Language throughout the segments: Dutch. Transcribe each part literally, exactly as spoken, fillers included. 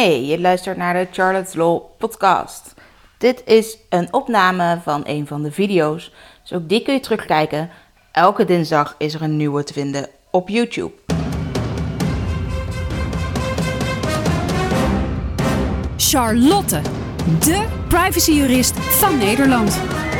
Hey, je luistert naar de Charlotte's Law podcast. Dit is een opname van een van de video's, dus ook die kun je terugkijken. Elke dinsdag is er een nieuwe te vinden op YouTube. Charlotte, de privacyjurist van Nederland.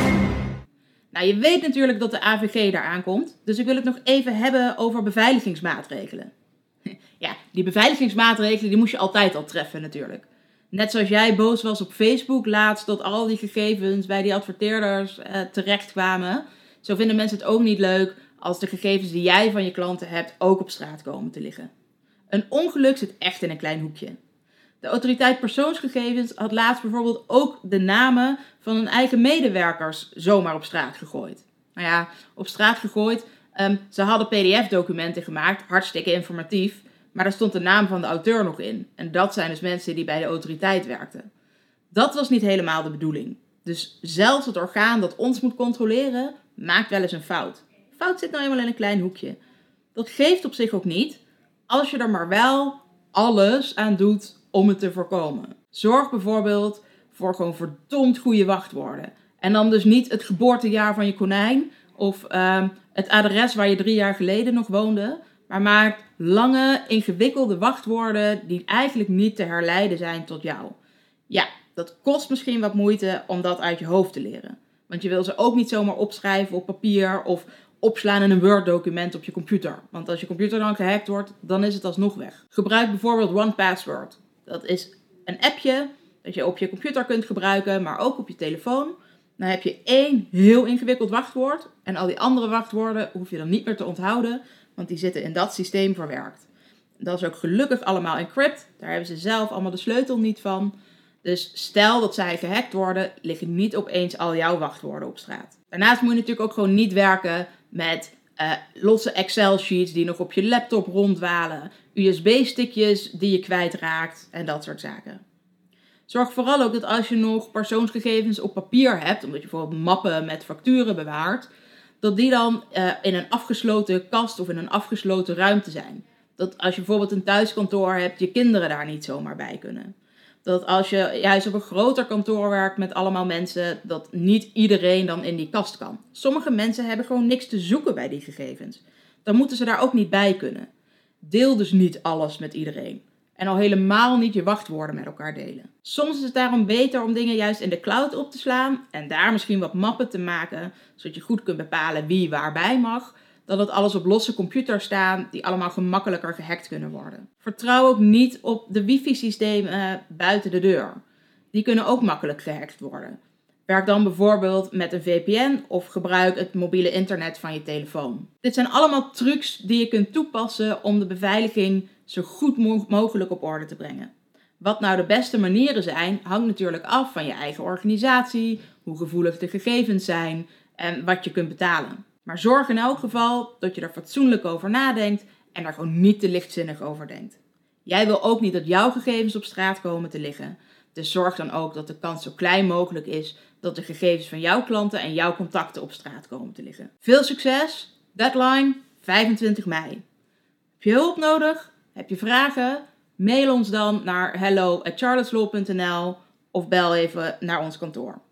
Nou, je weet natuurlijk dat de A V G daar aankomt, dus ik wil het nog even hebben over beveiligingsmaatregelen. Ja, die beveiligingsmaatregelen die moest je altijd al treffen natuurlijk. Net zoals jij boos was op Facebook laatst dat al die gegevens bij die adverteerders eh, terechtkwamen. Zo vinden mensen het ook niet leuk als de gegevens die jij van je klanten hebt ook op straat komen te liggen. Een ongeluk zit echt in een klein hoekje. De autoriteit persoonsgegevens had laatst bijvoorbeeld ook de namen van hun eigen medewerkers zomaar op straat gegooid. Nou ja, op straat gegooid. Um, ze hadden P D F-documenten gemaakt, hartstikke informatief. Maar daar stond de naam van de auteur nog in. En dat zijn dus mensen die bij de autoriteit werkten. Dat was niet helemaal de bedoeling. Dus zelfs het orgaan dat ons moet controleren, maakt wel eens een fout. Fout zit nou eenmaal in een klein hoekje. Dat geeft op zich ook niet, als je er maar wel alles aan doet om het te voorkomen. Zorg bijvoorbeeld voor gewoon verdomd goede wachtwoorden. En dan dus niet het geboortejaar van je konijn of uh, het adres waar je drie jaar geleden nog woonde. Maar maak lange, ingewikkelde wachtwoorden die eigenlijk niet te herleiden zijn tot jou. Ja, dat kost misschien wat moeite om dat uit je hoofd te leren. Want je wil ze ook niet zomaar opschrijven op papier of opslaan in een Word-document op je computer. Want als je computer dan gehackt wordt, dan is het alsnog weg. Gebruik bijvoorbeeld one password. Dat is een appje dat je op je computer kunt gebruiken, maar ook op je telefoon. Dan heb je één heel ingewikkeld wachtwoord. En al die andere wachtwoorden hoef je dan niet meer te onthouden, want die zitten in dat systeem verwerkt. Dat is ook gelukkig allemaal encrypt. Daar hebben ze zelf allemaal de sleutel niet van. Dus stel dat zij gehackt worden, liggen niet opeens al jouw wachtwoorden op straat. Daarnaast moet je natuurlijk ook gewoon niet werken met uh, losse Excel-sheets die nog op je laptop ronddwalen, U S B-stickjes die je kwijtraakt en dat soort zaken. Zorg vooral ook dat als je nog persoonsgegevens op papier hebt, omdat je bijvoorbeeld mappen met facturen bewaart, dat die dan uh, in een afgesloten kast of in een afgesloten ruimte zijn. Dat als je bijvoorbeeld een thuiskantoor hebt, je kinderen daar niet zomaar bij kunnen. Dat als je juist op een groter kantoor werkt met allemaal mensen, dat niet iedereen dan in die kast kan. Sommige mensen hebben gewoon niks te zoeken bij die gegevens. Dan moeten ze daar ook niet bij kunnen. Deel dus niet alles met iedereen. En al helemaal niet je wachtwoorden met elkaar delen. Soms is het daarom beter om dingen juist in de cloud op te slaan en daar misschien wat mappen te maken, zodat je goed kunt bepalen wie waarbij mag, dan dat alles op losse computers staan die allemaal gemakkelijker gehackt kunnen worden. Vertrouw ook niet op de wifi-systemen buiten de deur. Die kunnen ook makkelijk gehackt worden. Werk dan bijvoorbeeld met een V P N of gebruik het mobiele internet van je telefoon. Dit zijn allemaal trucs die je kunt toepassen om de beveiliging zo goed mogelijk op orde te brengen. Wat nou de beste manieren zijn, hangt natuurlijk af van je eigen organisatie, hoe gevoelig de gegevens zijn en wat je kunt betalen. Maar zorg in elk geval dat je er fatsoenlijk over nadenkt en er gewoon niet te lichtzinnig over denkt. Jij wil ook niet dat jouw gegevens op straat komen te liggen. Dus zorg dan ook dat de kans zo klein mogelijk is dat de gegevens van jouw klanten en jouw contacten op straat komen te liggen. Veel succes! Deadline vijfentwintig mei. Heb je hulp nodig? Heb je vragen? Mail ons dan naar hello at charlotteslaw dot n l of bel even naar ons kantoor.